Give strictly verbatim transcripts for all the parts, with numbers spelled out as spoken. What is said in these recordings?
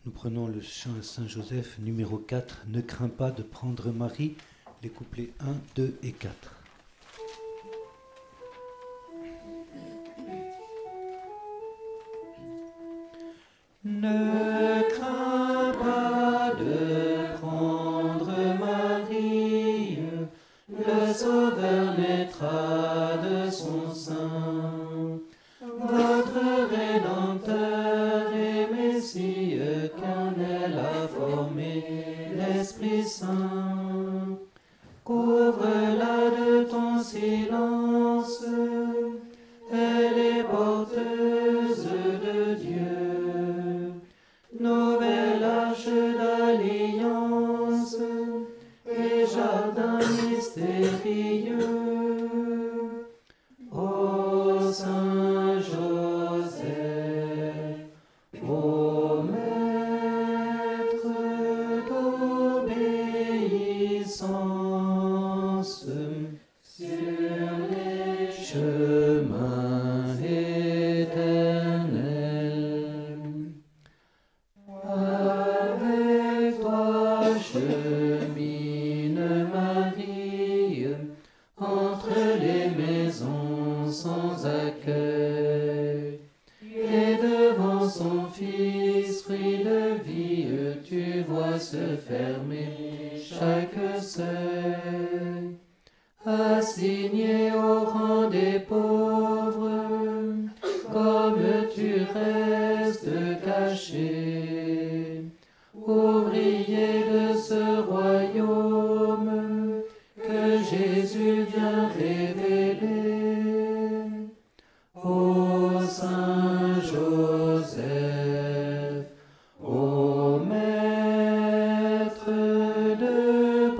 Nous prenons le chant à Saint-Joseph numéro quatre, Ne crains pas de prendre Marie, les couplets un, deux et quatre. Ne crains pas de prendre Marie, le Sauveur naîtra de son sein. Votre Rédempteur et Messie, qu'un elle a formé, l'Esprit Saint. Couvre-la de ton silence, elle est porteuse de Dieu. Nouvelle arche d'alliance et jardin mystérieux. Ô Saint Joseph, ô Maître d'obéissance, sur les chemins éternels. Avec toi chemine Marie, entre les maisons sans accueil. Et devant son Fils, fruit de vie, tu vois se fermer chaque seuil. Assigné au rang des pauvres, comme tu restes caché, ouvrier de ce royaume que Jésus vient révéler. Ô Saint Joseph, ô Maître de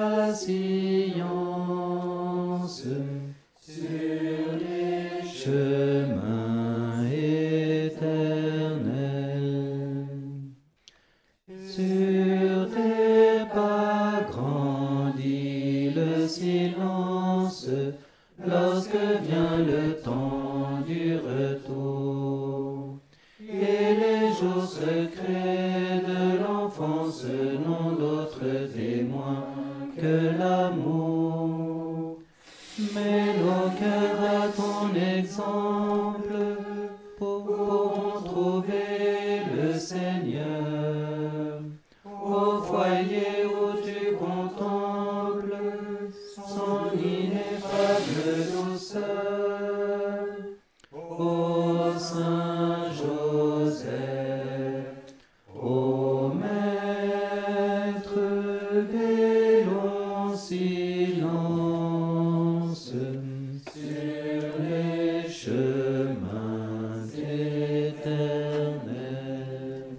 patience, sur les chemins éternels. Sur tes pas grandit le silence, lorsque vient le temps du retour. Et les jours secrets de l'enfance n'ont d'autres témoins que l'amour. Mais nos cœurs à ton exemple pourront trouver le Seigneur. Au foyer où tu contemples son ineffable douceur. Ô Saint Joseph, ô Maître des longs silences, sur les chemins éternels.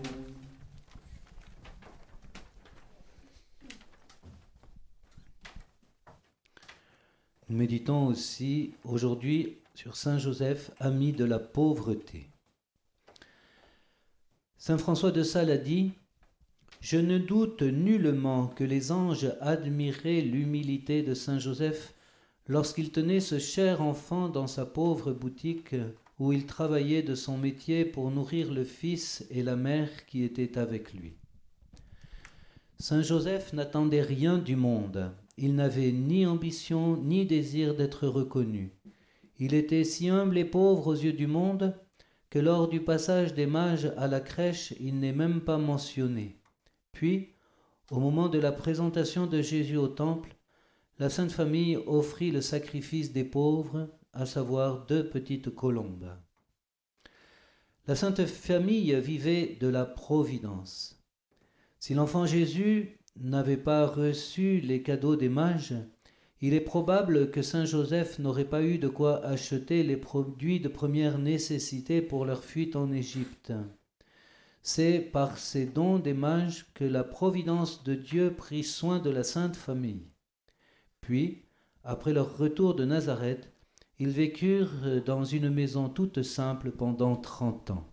Nous méditons aussi aujourd'hui sur Saint Joseph, ami de la pauvreté. Saint François de Sales a dit « Je ne doute nullement que les anges admiraient l'humilité de Saint Joseph lorsqu'il tenait ce cher enfant dans sa pauvre boutique où il travaillait de son métier pour nourrir le fils et la mère qui étaient avec lui. Saint Joseph n'attendait rien du monde. Il n'avait ni ambition ni désir d'être reconnu. Il était si humble et pauvre aux yeux du monde que lors du passage des mages à la crèche, il n'est même pas mentionné. Puis, au moment de la présentation de Jésus au temple, la Sainte Famille offrit le sacrifice des pauvres, à savoir deux petites colombes. La Sainte Famille vivait de la providence. Si l'enfant Jésus n'avait pas reçu les cadeaux des mages, il est probable que Saint Joseph n'aurait pas eu de quoi acheter les produits de première nécessité pour leur fuite en Égypte. C'est par ces dons des mages que la providence de Dieu prit soin de la Sainte Famille. Puis, après leur retour de Nazareth, ils vécurent dans une maison toute simple pendant trente ans.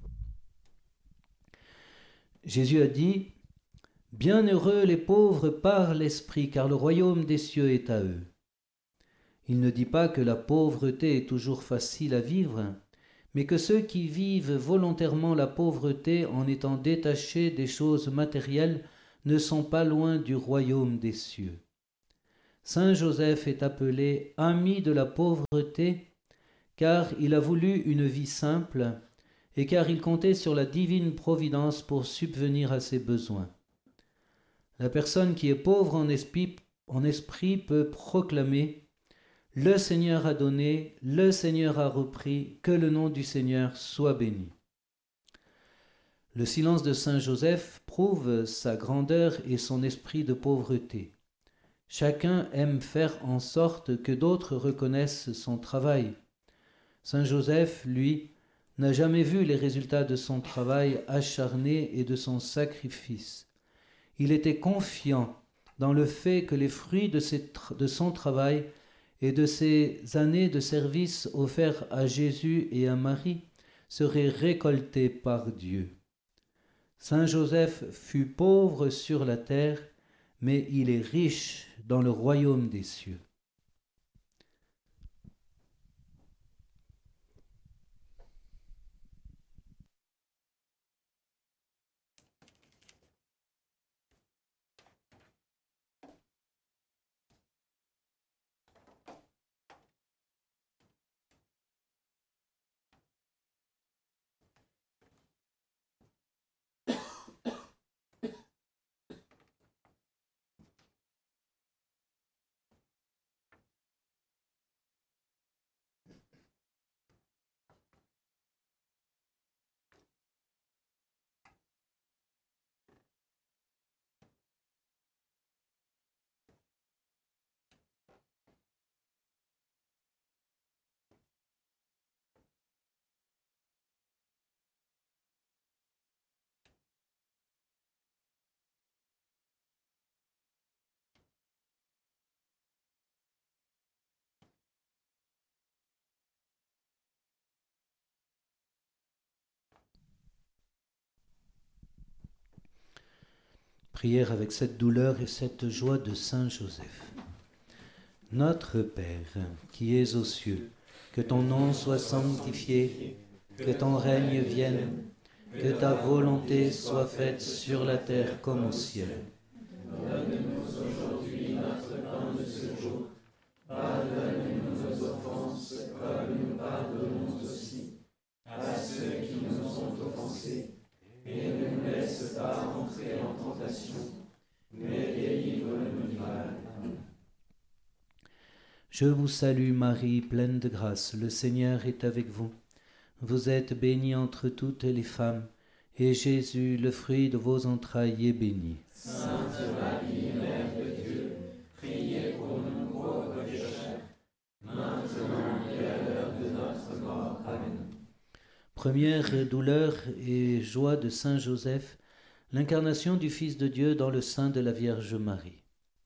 Jésus a dit « Bienheureux les pauvres par l'esprit, car le royaume des cieux est à eux. » Il ne dit pas que la pauvreté est toujours facile à vivre, mais que ceux qui vivent volontairement la pauvreté en étant détachés des choses matérielles ne sont pas loin du royaume des cieux. Saint Joseph est appelé ami de la pauvreté, car il a voulu une vie simple et car il comptait sur la divine providence pour subvenir à ses besoins. La personne qui est pauvre en esprit, en esprit peut proclamer « Le Seigneur a donné, le Seigneur a repris, que le nom du Seigneur soit béni ». Le silence de Saint Joseph prouve sa grandeur et son esprit de pauvreté. Chacun aime faire en sorte que d'autres reconnaissent son travail. Saint Joseph, lui, n'a jamais vu les résultats de son travail acharné et de son sacrifice. Il était confiant dans le fait que les fruits de, ses, de son travail et de ses années de service offerts à Jésus et à Marie seraient récoltés par Dieu. Saint Joseph fut pauvre sur la terre, mais il est riche dans le royaume des cieux. Prière avec cette douleur et cette joie de Saint Joseph. Notre Père, qui es aux cieux, que ton nom soit sanctifié, que ton règne vienne, que ta volonté soit faite sur la terre comme au ciel. Donne-nous aujourd'hui notre pain de ce jour. Pardonne-nous nos offenses, comme nous pardonnons aussi à ceux qui nous ont offensés. Et ne nous laisse pas entrer en tentation, mais délivre-nous du mal. Je vous salue Marie, pleine de grâce, le Seigneur est avec vous. Vous êtes bénie entre toutes les femmes, et Jésus, le fruit de vos entrailles, est béni. Sainte Marie, Mère de Dieu, priez pour nous pauvres pécheurs, maintenant et à l'heure de notre mort. Amen. Première douleur et joie de Saint Joseph, l'incarnation du Fils de Dieu dans le sein de la Vierge Marie.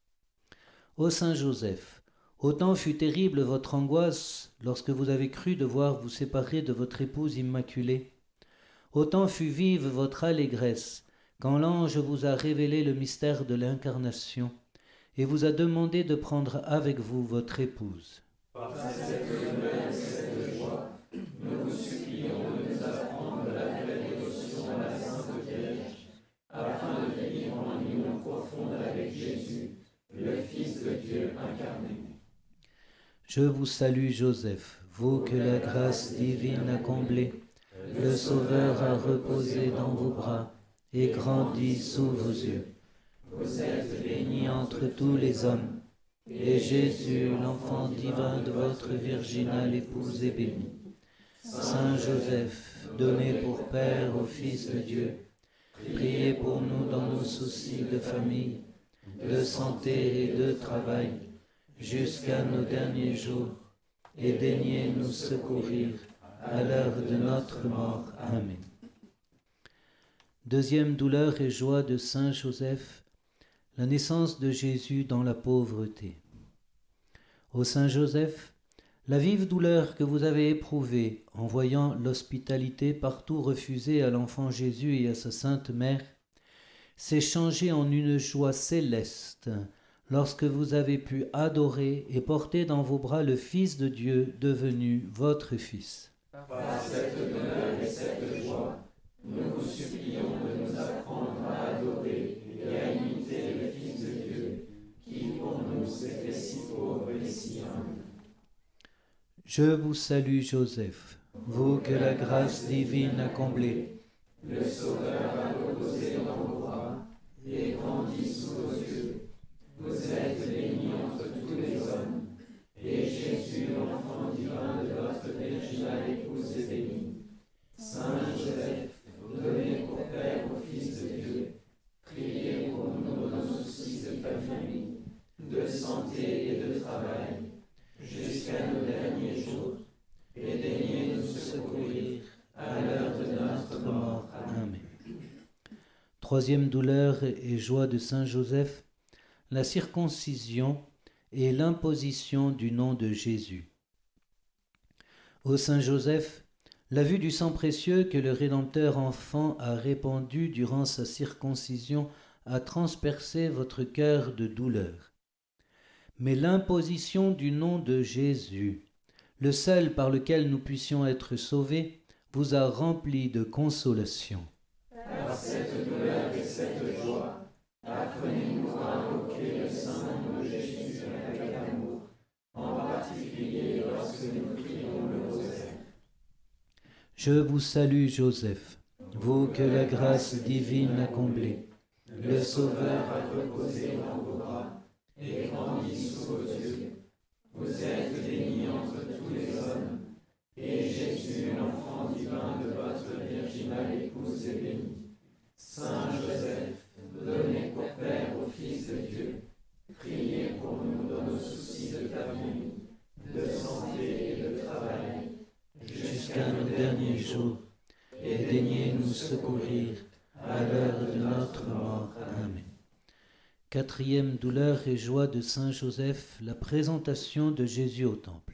Ô Saint Joseph, autant fut terrible votre angoisse lorsque vous avez cru devoir vous séparer de votre épouse immaculée, autant fut vive votre allégresse quand l'ange vous a révélé le mystère de l'incarnation et vous a demandé de prendre avec vous votre épouse. Par cette douleur et cette joie, nous vous supplions de nous apprendre la vraie dévotion à la Sainte Vierge, afin de vivre en union profonde avec Jésus, le Fils de Dieu incarné. Je vous salue Joseph, vous que la grâce divine a comblé, le Sauveur a reposé dans vos bras et grandi sous vos yeux. Vous êtes Béni entre tous les hommes, et Jésus, l'enfant divin de votre virginale épouse, est béni. Saint Joseph, donné pour Père au Fils de Dieu, priez pour nous dans nos soucis de famille, de santé et de travail, jusqu'à nos derniers jours, et daignez nous secourir à l'heure de notre mort. Amen. Deuxième douleur et joie de Saint Joseph, la naissance de Jésus dans la pauvreté. Ô Saint Joseph, la vive douleur que vous avez éprouvée en voyant l'hospitalité partout refusée à l'enfant Jésus et à sa sainte mère s'est changée en une joie céleste lorsque vous avez pu adorer et porter dans vos bras le Fils de Dieu devenu votre Fils. Par cette douleur et cette joie, nous vous supplions de nous apprendre à adorer et à imiter le Fils de Dieu, qui pour nous s'est fait si pauvre et si humble. Je vous salue Joseph, vous que la grâce divine a comblé. Le Sauveur a reposé dans vos bras et grandi sous vos yeux. Vous êtes bénie entre tous les hommes, et Jésus, l'enfant divin de votre virginale épouse, est béni. Saint Joseph, donné pour Père au Fils de Dieu, priez pour nous dans nos soucis de famille, de santé et de travail, jusqu'à nos derniers jours, et daignez nous secourir à l'heure de notre mort. Amen. Troisième douleur et joie de Saint Joseph, la circoncision et l'imposition du nom de Jésus. Ô Saint Joseph, la vue du sang précieux que le Rédempteur enfant a répandu durant sa circoncision a transpercé votre cœur de douleur. Mais l'imposition du nom de Jésus, le seul par lequel nous puissions être sauvés, vous a rempli de consolation. Par cette douleur et cette joie, apprenez-nous à invoquer le saint nom de Jésus avec amour, en particulier lorsque nous prions le rosaire. Je vous salue Joseph, vous que la grâce divine a comblé. Le Sauveur a reposé dans vos bras et grandi sous vos yeux. Vous êtes bénie entre tous les hommes, et Jésus, l'enfant divin de votre virginale épouse, est béni. Saint Joseph, donné pour Père au Fils de Dieu, priez pour nous dans nos soucis de famille, de santé et de travail, jusqu'à nos derniers jours, et daignez nous secourir à l'heure de notre mort. Amen. Quatrième douleur et joie de Saint Joseph, la présentation de Jésus au temple.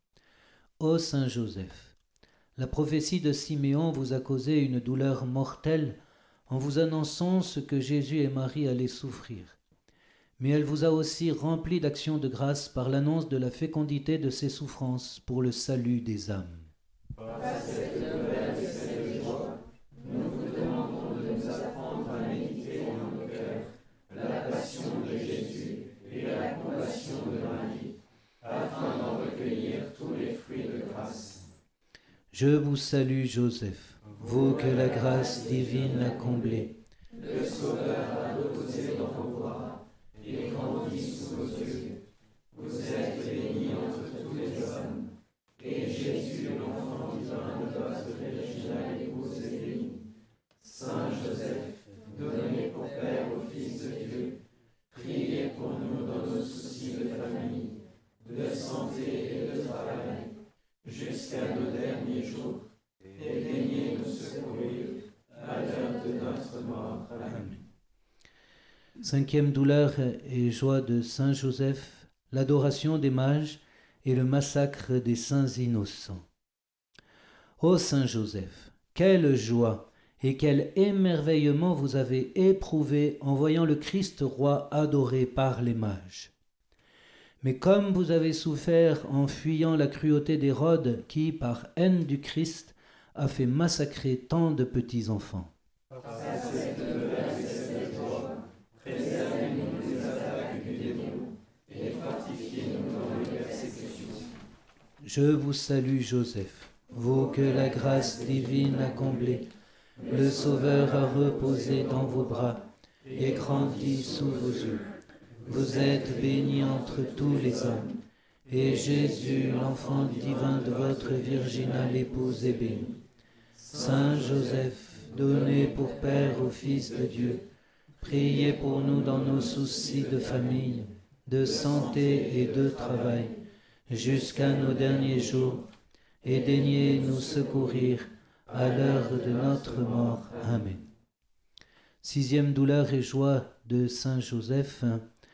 Ô Saint Joseph, la prophétie de Siméon vous a causé une douleur mortelle en vous annonçant ce que Jésus et Marie allaient souffrir. Mais elle vous a aussi rempli d'actions de grâce par l'annonce de la fécondité de ses souffrances pour le salut des âmes. Par cette douleur et cette joie, nous vous demandons de nous apprendre à méditer en nos cœurs la passion de Jésus et la compassion de Marie, afin d'en recueillir tous les fruits de grâce. Je vous salue Joseph, vous que la grâce divine a comblé. Le Sauveur a reposé dans vos bras et grandi sous vos yeux. Vous êtes bénie entre tous les hommes, et Jésus, l'enfant divin de votre virginale épouse, est béni. Saint Joseph, donné pour Père au Fils de Dieu, priez pour nous dans nos soucis de famille, de santé et de travail, jusqu'à nos derniers jours, et daignez nous secourir à l'heure de notre mort. Amen. Cinquième douleur et joie de Saint Joseph, l'adoration des mages et le massacre des saints innocents. Ô Saint Joseph, quelle joie et quel émerveillement vous avez éprouvé en voyant le Christ roi adoré par les mages. Mais comme vous avez souffert en fuyant la cruauté d'Hérode qui, par haine du Christ, a fait massacrer tant de petits enfants. Par cette douleur et cette joie, préservez-nous des attaques du démon et fortifiez-nous dans les persécutions. Je vous salue Joseph, vous que la grâce divine a comblé. Le Sauveur a reposé dans vos bras et grandi sous vos yeux. Vous êtes bénie entre tous les hommes, et Jésus, l'enfant divin de votre virginale épouse, est béni. Saint Joseph, donné pour Père au Fils de Dieu, priez pour nous dans nos soucis de famille, de santé et de travail, jusqu'à nos derniers jours, et daignez nous secourir à l'heure de notre mort. Amen. Sixième douleur et joie de Saint Joseph,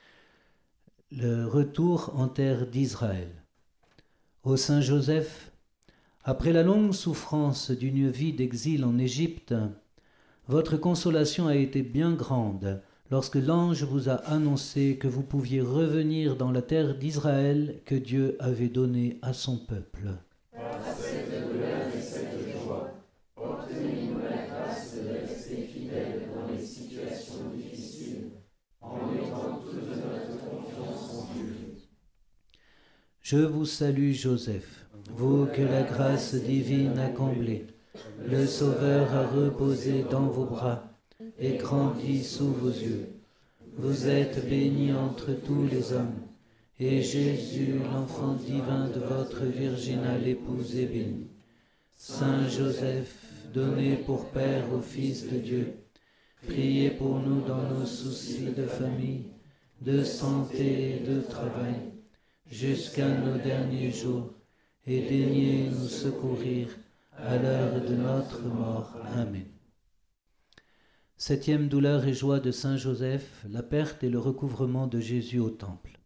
le retour en terre d'Israël. Ô Saint Joseph, après la longue souffrance d'une vie d'exil en Égypte, votre consolation a été bien grande lorsque l'ange vous a annoncé que vous pouviez revenir dans la terre d'Israël que Dieu avait donnée à son peuple. Par cette douleur Je vous salue Joseph, vous que la grâce divine a comblé. Le Sauveur a reposé dans vos bras et grandi sous vos yeux. Vous êtes bénie entre tous les hommes, et Jésus, l'enfant divin de votre virginale épouse, est béni. Saint Joseph, donné pour Père au Fils de Dieu, priez pour nous dans nos soucis de famille, de santé et de travail, jusqu'à nos derniers jours, et daignez nous secourir à l'heure de notre mort. Amen. Septième douleur et joie de Saint Joseph, la perte et le recouvrement de Jésus au temple.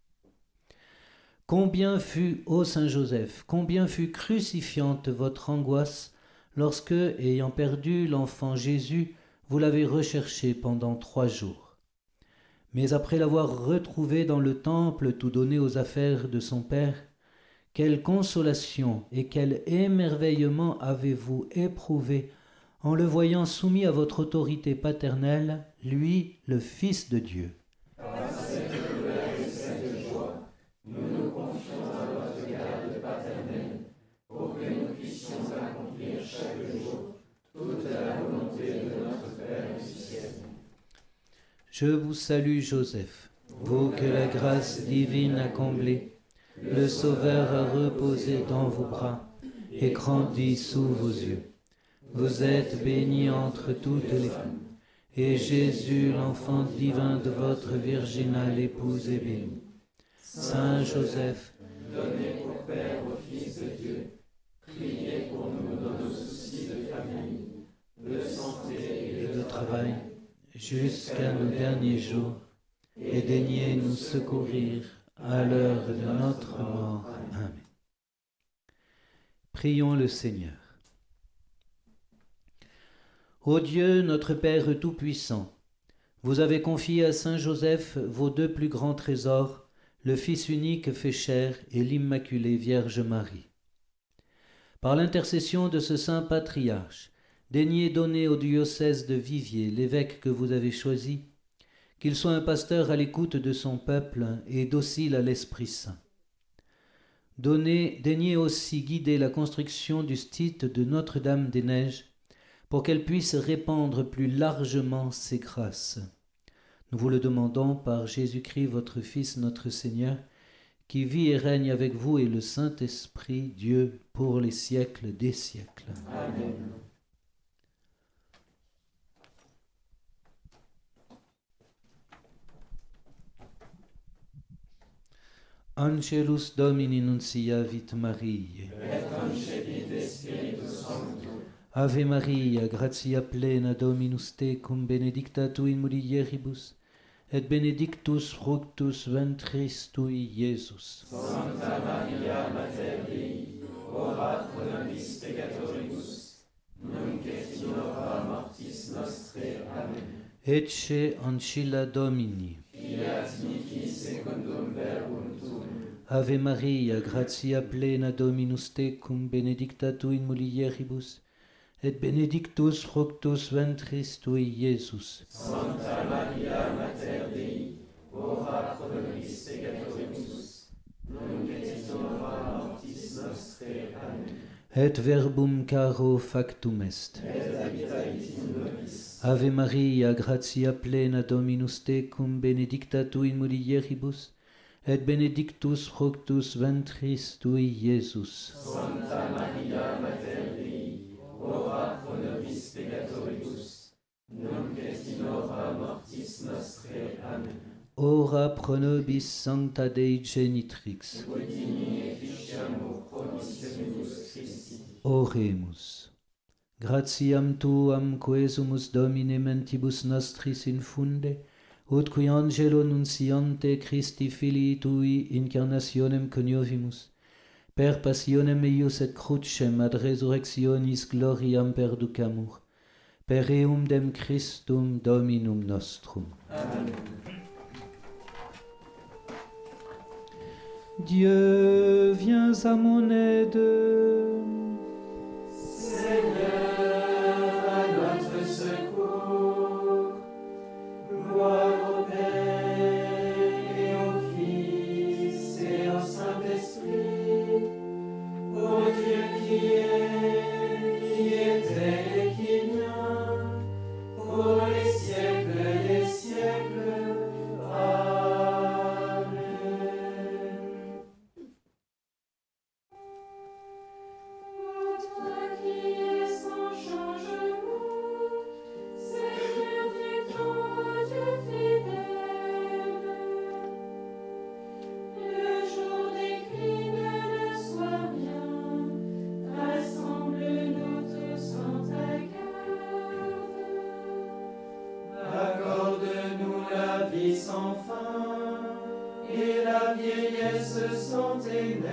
Combien fut, ô Saint Joseph, combien fut crucifiante votre angoisse lorsque, ayant perdu l'enfant Jésus, vous l'avez recherché pendant trois jours. Mais après l'avoir retrouvé dans le temple tout donné aux affaires de son Père, quelle consolation et quel émerveillement avez-vous éprouvé en le voyant soumis à votre autorité paternelle, lui, le Fils de Dieu. Par cette douleur et cette joie, nous nous confions à votre garde paternelle, pour que nous puissions accomplir chaque jour toute la volonté de notre Père du ciel. Je vous salue Joseph, vous que la grâce divine a comblé. Le Sauveur a reposé dans vos bras et grandi sous vos yeux. Vous êtes bénie entre toutes les femmes, et Jésus, l'enfant divin de votre virginale épouse, est béni. Saint Joseph, donné pour Père au Fils de Dieu, priez pour nous dans nos soucis de famille, de santé et de travail, jusqu'à nos derniers jours, et daignez nous secourir à l'heure de notre mort. Amen. Prions le Seigneur. Ô Dieu, notre Père Tout-Puissant, vous avez confié à Saint Joseph vos deux plus grands trésors, le Fils unique fait chair et l'Immaculée Vierge Marie. Par l'intercession de ce saint patriarche, daignez donner au diocèse de Viviers, l'évêque que vous avez choisi, qu'il soit un pasteur à l'écoute de son peuple et docile à l'Esprit Saint. Donnez, daignez aussi guider la construction du site de Notre-Dame-des-Neiges, pour qu'elle puisse répandre plus largement ses grâces. Nous vous le demandons par Jésus-Christ, votre Fils, notre Seigneur, qui vit et règne avec vous et le Saint-Esprit, Dieu, pour les siècles des siècles. Amen. Angelus Domini nunciavit Mariae. Et concepit Spiritus Sancto. Ave Maria, gratia plena Dominus tecum, benedicta tu in mulieribus, et benedictus fructus ventris tui, Iesus. Sancta Maria, Mater Dei, ora pro nobis peccatoribus, nunc et in hora mortis nostrae. Amen. Ecce ancilla Domini. Fiat mihi secundum verbum tuum. Ave Maria, gratia plena Dominus tecum, benedicta tu in mulieribus, et benedictus fructus ventris tui, Iesus. Sancta Maria, Mater Dei, ora pro nobis peccatoribus, nunc et in hora mortis nostrae. Amen. Et verbum caro factum est. Et habitait in nobis. Ave Maria, gratia plena Dominus tecum, benedicta tu in mulieribus, et benedictus fructus ventris tui, Iesus. Sancta Maria, Mater Dei, ora pro nobis peccatoribus, nunc et in hora mortis nostrae. Amen. Ora pro nobis sancta Dei genitrix. Udini efficiamur promissionis Christi. Oremus. Gratiam tuam quesumus Domine mentibus nostris infunde, ut qui angelo nunciante Christi Filii tui incarnationem coniovimus, per passionem eius et crucem ad resurrectionis gloriam perducamur, per eum dem Christum Dominum nostrum. Amen. Dieu, viens à mon aide. Seigneur, à notre secours. Gloire au Père et au Fils et au Saint-Esprit. sans ténèbres.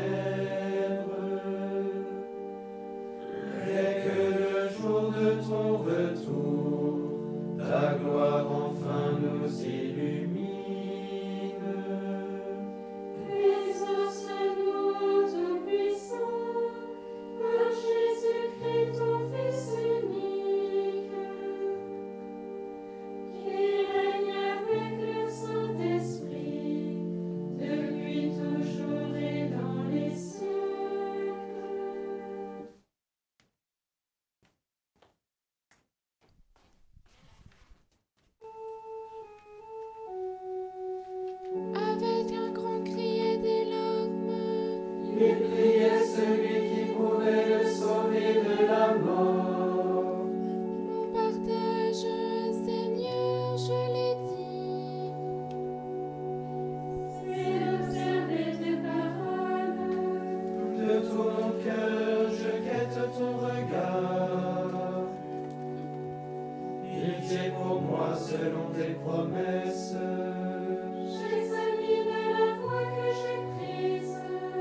Fais que le jour de ton retour, ta gloire enfin nous illumine. Exauce-nous, Tout-Puissant, par Jésus-Christ, ton Fils unique, qui règne avec le Saint-Esprit, depuis toujours et dans les siècles. Avec un grand cri et des larmes, Il priait celui qui pouvait le sauver de la mort. mon partage, Seigneur, je l'ai dit. C'est d'observer tes paroles, De tout mon cœur, je guette ton regard. Pitié pour moi selon tes promesses. j'examine la voie que j'ai prise.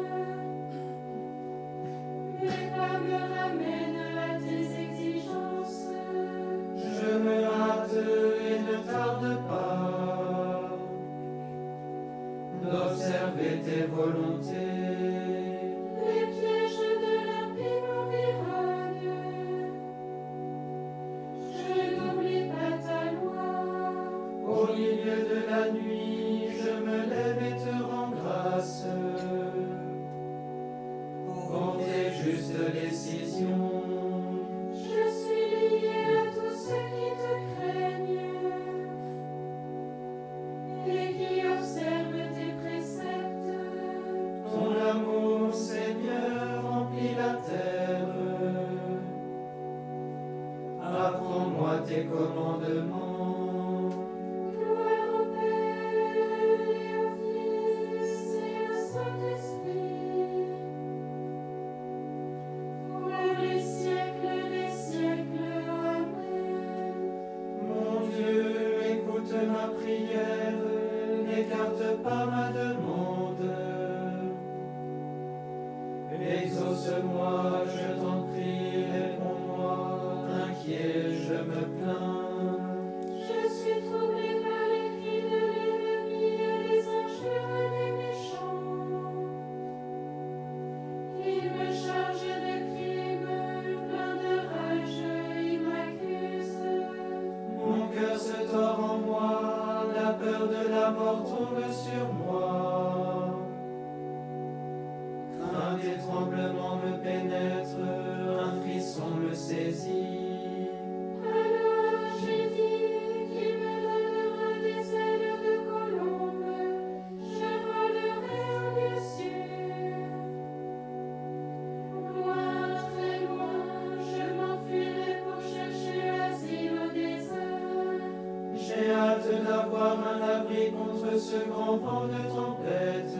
Mes pas me ramènent à tes exigences. Je me hâte et ne tarde pas d'observer tes volontés. Les pièges de l'impie m'environnent. Je n'oublie pas ta loi. Au milieu de la nuit, je me lève et te rends grâce. Pour tes justes décisions, Je suis lié à tous ceux qui te craignent et qui observent tes préceptes. ton amour, Seigneur, remplit la terre. Apprends-moi tes commandements. Gloire au Père et au Fils et au Saint-Esprit, pour les siècles des siècles. Amen. Mon Dieu, écoute ma prière, n'écarte pas ma demande. Exauce-moi, je t'en prie, réponds-moi, inquiet, je me plains. Je suis troublé par les cris de l'ennemi et les injures des méchants. Ils me chargent de crimes, plein de rage, ils m'accusent. Mon cœur se tord en moi, la peur de la mort tombe sur moi. Crainte et tremblement me pénètrent, un frisson me saisit. Alors j'ai dit qu'il me donnera des ailes de colombe, je volerai en lieu sûr. Loin, très loin, je m'enfuirai pour chercher asile au désert. J'ai hâte d'avoir un abri contre ce grand vent de tempête.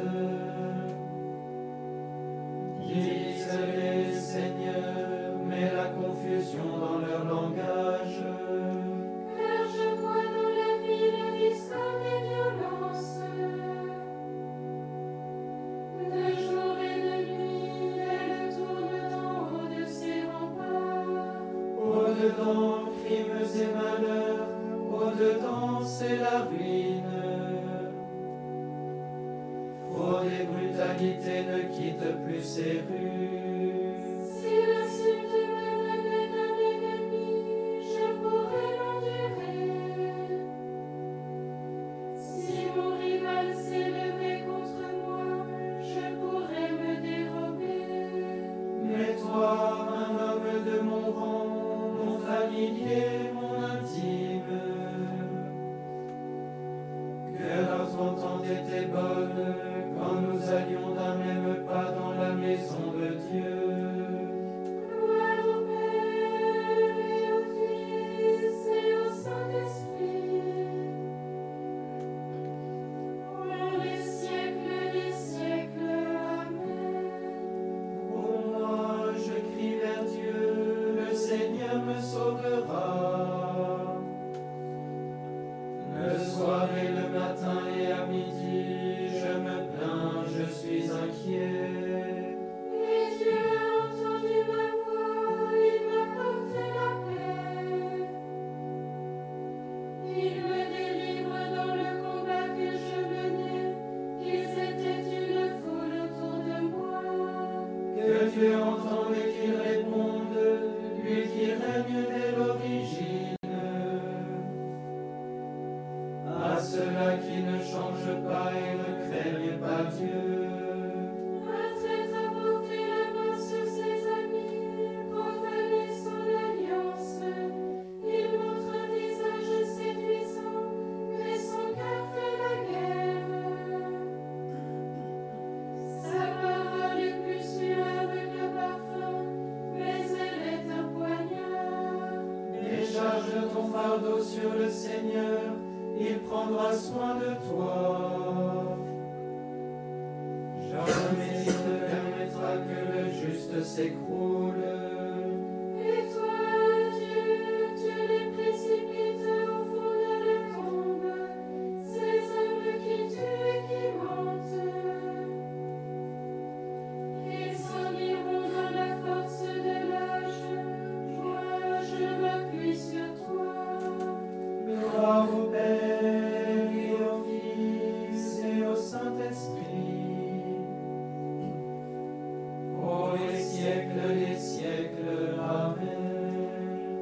Disent-les, Seigneur, mets la confusion dans leur langage. Car je vois dans la ville discorde et violence. De jour et de nuit, elle tourne en haut de ses remparts. Au-dedans, crimes et malheurs, au-dedans, c'est la ruine. Fraude et brutalité ne quittent plus ces rues. Si l'insulte me venait d'un ennemi, je pourrais l'endurer. Si mon rival s'est levé contre moi, je pourrais me dérober. Mais toi, un homme de mon rang, mon familier, mon intime, que notre entente était bonne quand nous allions d'un même pas dans la maison de Dieu. Gloire au Père et au Fils et au Saint-Esprit, pour les siècles des siècles. Amen. Pour moi, je crie vers Dieu, le Seigneur me sauvera. Charge ton fardeau sur le Seigneur, il prendra soin de toi. Jamais il ne permettra que le juste s'écroule. Et toi, Dieu, tu les précipites au fond de la tombe, ces hommes qui tuent et qui mentent. Ils s'en iront dans la force de l'âge. Moi, je m'appuie sur toi. Gloire au Père et au Fils et au Saint-Esprit. Ô les siècles des siècles, Amen.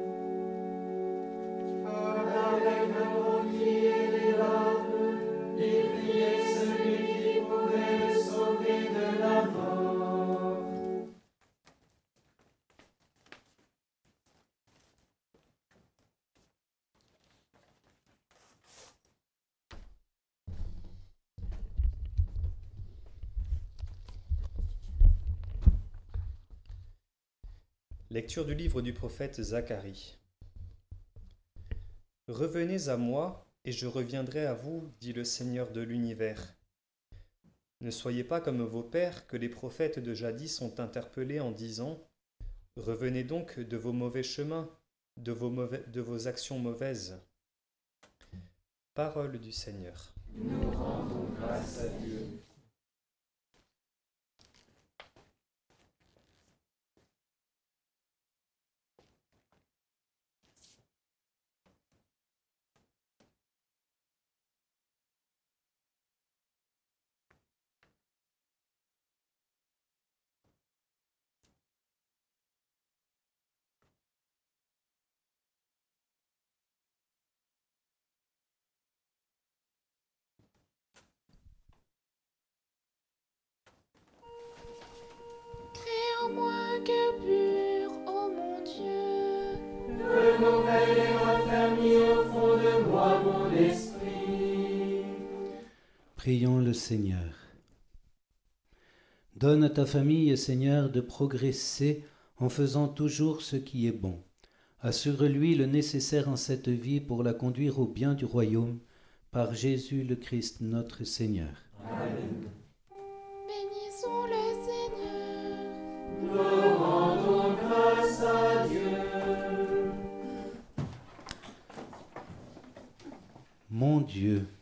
Avec un grand cri et des larmes, il priait celui qui pouvait le sauver de la mort. Lecture du livre du prophète Zacharie. Revenez à moi, et je reviendrai à vous, dit le Seigneur de l'univers. Ne soyez pas comme vos pères que les prophètes de jadis ont interpellés en disant « Revenez donc de vos mauvais chemins, de vos, mauvais, de vos actions mauvaises. » Parole du Seigneur. Nous rendons grâce à Dieu. Crée en moi un cœur pur, ô mon Dieu. Renouvelle et raffermis au fond de moi mon esprit. Prions le Seigneur. Donne à ta famille, Seigneur, de progresser en faisant toujours ce qui est bon. Assure-lui le nécessaire en cette vie pour la conduire au bien du royaume, par Jésus le Christ notre Seigneur. Amen. Bénissons le Seigneur. Nous rendons grâce à Dieu. Mon Dieu,